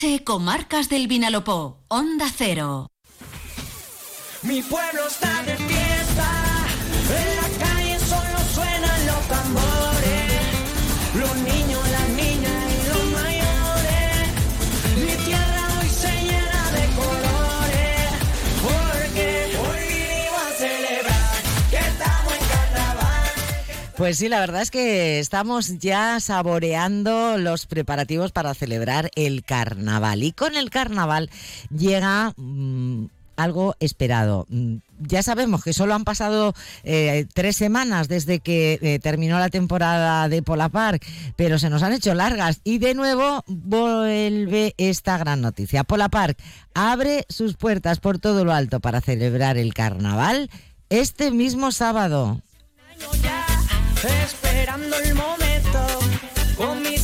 Comarcas del Vinalopó, Onda Cero. Mi pueblo está de fiesta, en la calle solo suenan los tambores, los niños, las niñas y los mayores. Mi tierra hoy se llena de colores, porque hoy vinimos a celebrar que estamos en carnaval. Pues sí, la verdad es que estamos ya saboreando los preparativos para celebrar el carnaval. Y con el carnaval llega algo esperado. Ya sabemos que solo han pasado 3 semanas desde que terminó la temporada de Polapark, pero se nos han hecho largas y de nuevo vuelve esta gran noticia. Polapark abre sus puertas por todo lo alto para celebrar el carnaval este mismo sábado. Esperando el momento con mis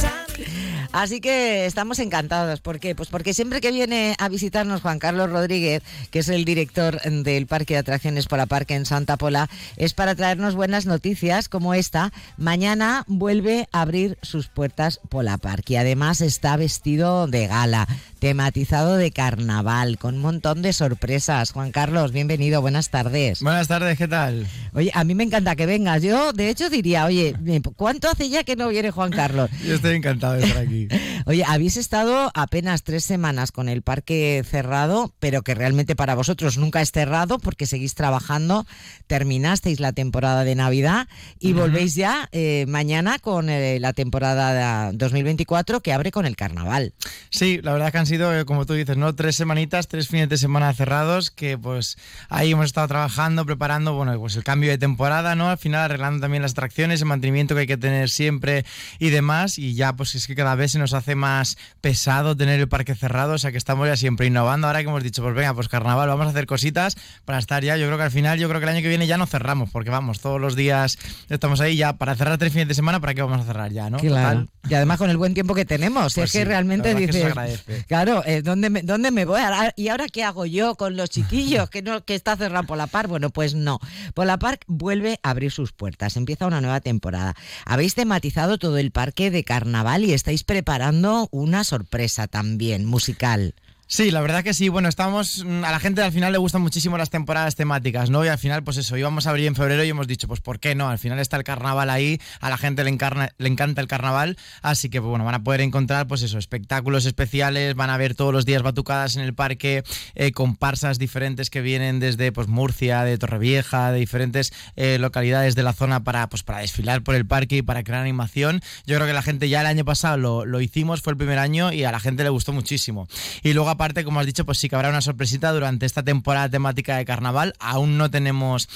Así que estamos encantados. ¿Por qué? Pues porque siempre que viene a visitarnos Juan Carlos Rodríguez, que es el director del Parque de Atracciones Polapark en Santa Pola, es para traernos buenas noticias como esta. Mañana vuelve a abrir sus puertas Polapark y además está vestido de gala, tematizado de carnaval, con un montón de sorpresas. Juan Carlos, bienvenido, buenas tardes. Buenas tardes, ¿qué tal? Oye, a mí me encanta que vengas. Yo, de hecho, diría, oye, ¿cuánto hace ya que no viene Juan Carlos? Yo estoy encantado de estar aquí. Oye, habéis estado apenas 3 semanas con el parque cerrado, pero que realmente para vosotros nunca es cerrado porque seguís trabajando, terminasteis la temporada de Navidad y volvéis ya mañana con la temporada 2024 que abre con el carnaval. Sí, la verdad que han sido, como tú dices, ¿no? 3 semanitas, 3 fines de semana cerrados, que pues ahí hemos estado trabajando, preparando, bueno, pues el cambio de temporada, ¿no? Al final arreglando también las atracciones, el mantenimiento que hay que tener siempre y demás, y ya pues es que cada vez se nos hace más pesado tener el parque cerrado, o sea que estamos ya siempre innovando. Ahora que hemos dicho, pues venga, pues carnaval, vamos a hacer cositas para estar ya, yo creo que al final, yo creo que el año que viene ya no cerramos, porque vamos, todos los días estamos ahí ya para cerrar 3 fines de semana, ¿para qué vamos a cerrar ya, no? Claro. Total. Y además con el buen tiempo que tenemos, Pues es que sí, realmente la verdad dices, que se agradece. claro, ¿dónde me voy? ¿Y ahora qué hago yo con los chiquillos que está cerrado Polapark? Bueno, pues no. Polapark vuelve a abrir sus puertas, empieza una nueva temporada. Habéis tematizado todo el parque de carnaval y estáis preparando una sorpresa también musical. Sí, la verdad que sí. Bueno, a la gente al final le gustan muchísimo las temporadas temáticas, ¿no? Y al final, pues eso, íbamos a abrir en febrero y hemos dicho, pues ¿por qué no? Al final está el carnaval ahí, a la gente le encanta el carnaval, así que, pues bueno, van a poder encontrar, pues eso, espectáculos especiales, van a ver todos los días batucadas en el parque, comparsas diferentes que vienen desde, pues Murcia, de Torrevieja, de diferentes localidades de la zona para desfilar por el parque y para crear animación. Yo creo que la gente ya el año pasado lo hicimos, fue el primer año y a la gente le gustó muchísimo. Y luego aparte, como has dicho, pues sí que habrá una sorpresita durante esta temporada temática de carnaval. Aún no tenemos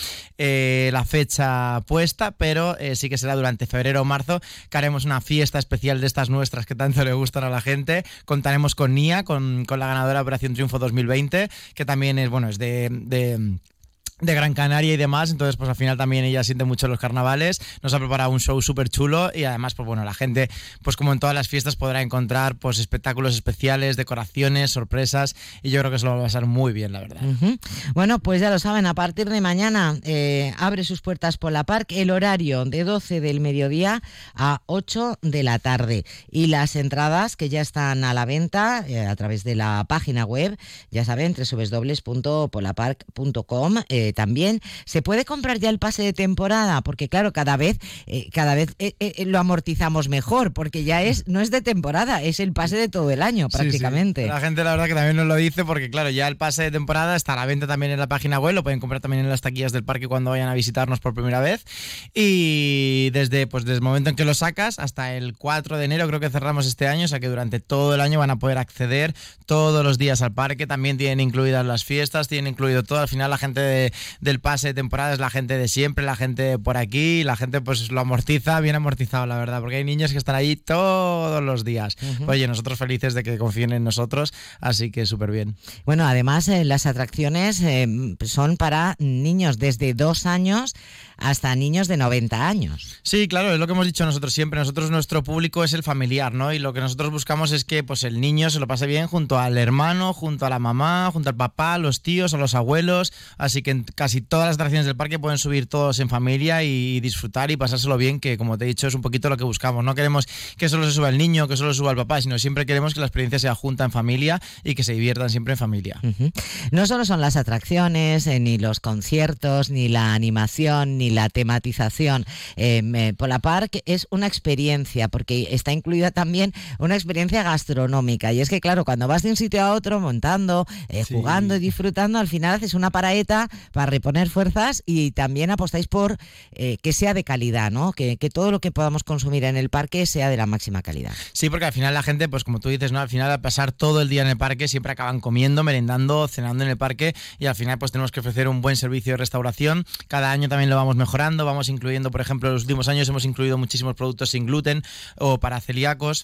la fecha puesta, pero sí que será durante febrero o marzo que haremos una fiesta especial de estas nuestras que tanto le gustan a la gente. Contaremos con Nia, con la ganadora de Operación Triunfo 2020, que también es de Gran Canaria y demás, entonces pues al final también ella siente mucho los carnavales, nos ha preparado un show súper chulo y además pues bueno, la gente pues como en todas las fiestas podrá encontrar pues espectáculos especiales, decoraciones, sorpresas y yo creo que se lo va a pasar muy bien, la verdad. Bueno, pues ya lo saben, a partir de mañana abre sus puertas Polapark, el horario de 12 del mediodía a 8 de la tarde y las entradas que ya están a la venta a través de la página web, ya saben, www.polapark.com. También se puede comprar ya el pase de temporada, porque claro, cada vez lo amortizamos mejor, porque ya no es de temporada, es el pase de todo el año prácticamente. Sí. La gente la verdad que también nos lo dice, porque claro, ya el pase de temporada está a la venta también en la página web, lo pueden comprar también en las taquillas del parque cuando vayan a visitarnos por primera vez y desde el momento en que lo sacas hasta el 4 de enero creo que cerramos este año, o sea que durante todo el año van a poder acceder todos los días al parque, también tienen incluidas las fiestas, tienen incluido todo, al final la gente del pase de temporada es la gente de siempre, la gente por aquí, la gente pues lo amortiza, bien amortizado la verdad, porque hay niños que están allí todos los días. Oye, nosotros felices de que confíen en nosotros, así que súper bien. Bueno, además las atracciones son para niños desde 2 años hasta niños de 90 años. Sí, claro, es lo que hemos dicho nosotros siempre. Nosotros, nuestro público es el familiar, ¿no? Y lo que nosotros buscamos es que pues el niño se lo pase bien junto al hermano, junto a la mamá, junto al papá, a los tíos, a los abuelos. Así que en casi todas las atracciones del parque pueden subir todos en familia y disfrutar y pasárselo bien, que como te he dicho es un poquito lo que buscamos. No queremos que solo se suba el niño, que solo suba el papá, sino siempre queremos que la experiencia sea junta en familia y que se diviertan siempre en familia. No solo son las atracciones, ni los conciertos, ni la animación, ni la tematización. Polapark es una experiencia, porque está incluida también una experiencia gastronómica. Y es que, claro, cuando vas de un sitio a otro montando, jugando y disfrutando, al final haces una paraeta para reponer fuerzas y también apostáis por que sea de calidad, ¿no? Que todo lo que podamos consumir en el parque sea de la máxima calidad. Sí, porque al final la gente, pues como tú dices, ¿no? Al final, al pasar todo el día en el parque, siempre acaban comiendo, merendando, cenando en el parque, y al final pues tenemos que ofrecer un buen servicio de restauración. Cada año también lo vamos mejorando, vamos incluyendo, por ejemplo, en los últimos años hemos incluido muchísimos productos sin gluten o para celíacos.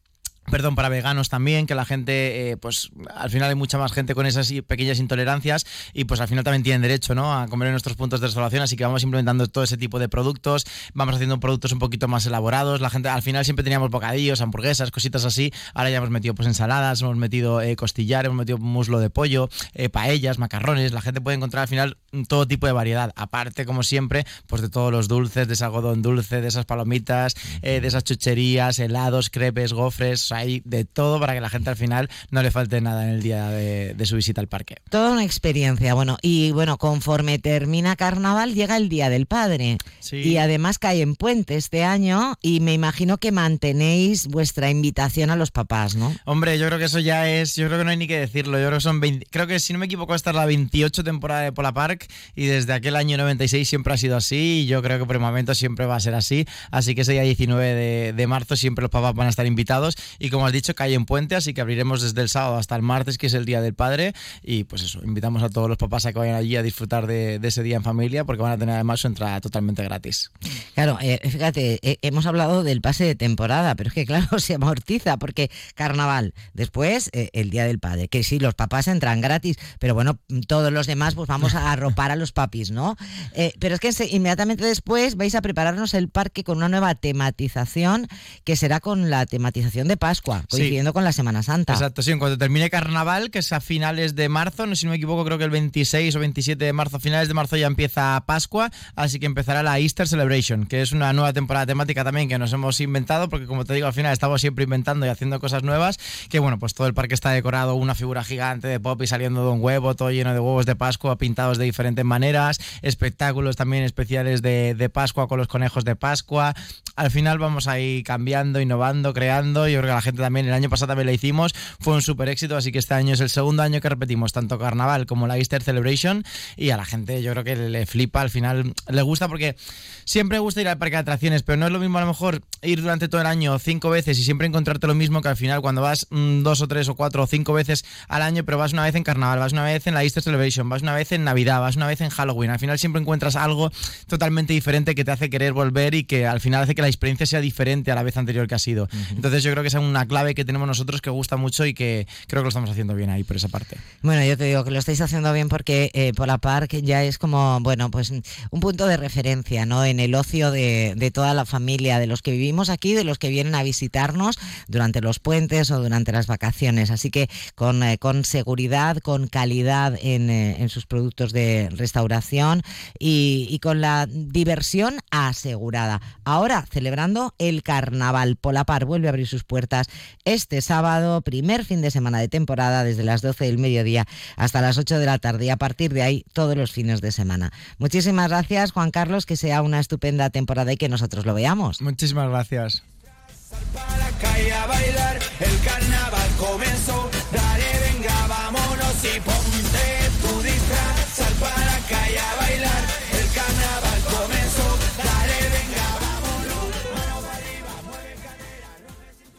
Para veganos también, que la gente, pues al final hay mucha más gente con esas pequeñas intolerancias y pues al final también tienen derecho, ¿no?, a comer en nuestros puntos de restauración, así que vamos implementando todo ese tipo de productos, vamos haciendo productos un poquito más elaborados. La gente, al final siempre teníamos bocadillos, hamburguesas, cositas así, ahora ya hemos metido pues ensaladas, hemos metido costillar, hemos metido muslo de pollo, paellas, macarrones. La gente puede encontrar al final todo tipo de variedad, aparte como siempre pues de todos los dulces, de ese algodón dulce, de esas palomitas, de esas chucherías, helados, crepes, gofres. Hay de todo para que la gente al final no le falte nada en el día de su visita al parque. Toda una experiencia. Y conforme termina Carnaval llega el Día del Padre. Sí. Y además cae en puente este año y me imagino que mantenéis vuestra invitación a los papás, ¿no? Hombre, yo creo que eso ya es, yo creo que no hay ni que decirlo. Yo creo que son 20, creo que si no me equivoco esta es la 28 temporada de Polapark y desde aquel año 96 siempre ha sido así y yo creo que por el momento siempre va a ser así. Así que ese día 19 de marzo siempre los papás van a estar invitados y como has dicho, cae en puente, así que abriremos desde el sábado hasta el martes, que es el Día del Padre, y pues eso, invitamos a todos los papás a que vayan allí a disfrutar de ese día en familia, porque van a tener además su entrada totalmente gratis. Claro, fíjate, hemos hablado del pase de temporada, pero es que claro, se amortiza, porque Carnaval, después el Día del Padre, que sí, los papás entran gratis, pero bueno, todos los demás pues vamos a arropar a los papis, ¿no? Pero es que inmediatamente después vais a prepararnos el parque con una nueva tematización, que será con la tematización de Pascua, coincidiendo con la Semana Santa. Exacto, sí, en cuanto termine Carnaval, que es a finales de marzo, no sé si no me equivoco, creo que el 26 o 27 de marzo, a finales de marzo ya empieza Pascua, así que empezará la Easter Celebration, que es una nueva temporada temática también que nos hemos inventado, porque como te digo, al final estamos siempre inventando y haciendo cosas nuevas, que bueno, pues todo el parque está decorado, una figura gigante de Poppy saliendo de un huevo, todo lleno de huevos de Pascua, pintados de diferentes maneras, espectáculos también especiales de Pascua con los conejos de Pascua. Al final vamos a ir cambiando, innovando, creando. Yo creo que la gente también, el año pasado también la hicimos, fue un súper éxito, así que este año es el segundo año que repetimos tanto Carnaval como la Easter Celebration y a la gente yo creo que le flipa, al final le gusta porque siempre gusta ir al parque de atracciones, pero no es lo mismo a lo mejor ir durante todo el año 5 veces y siempre encontrarte lo mismo que al final cuando vas 2 o 3 o 4 o 5 veces al año, pero vas una vez en Carnaval, vas una vez en la Easter Celebration, vas una vez en Navidad, vas una vez en Halloween, al final siempre encuentras algo totalmente diferente que te hace querer volver y que al final hace que la experiencia sea diferente a la vez anterior que ha sido. Entonces yo creo que esa es una clave que tenemos nosotros que gusta mucho y que creo que lo estamos haciendo bien ahí por esa parte. Bueno, yo te digo que lo estáis haciendo bien porque Polapark ya es como, bueno, pues un punto de referencia, ¿no?, en el ocio de toda la familia, de los que vivimos aquí, de los que vienen a visitarnos durante los puentes o durante las vacaciones. Así que con seguridad, con calidad en sus productos de restauración y con la diversión asegurada. Ahora, celebrando el Carnaval, Polapark vuelve a abrir sus puertas este sábado, primer fin de semana de temporada, desde las 12 del mediodía hasta las 8 de la tarde y a partir de ahí todos los fines de semana. Muchísimas gracias, Juan Carlos, que sea una estupenda temporada y que nosotros lo veamos. Muchísimas gracias. Para la calle a bailar, el carnaval comenzó.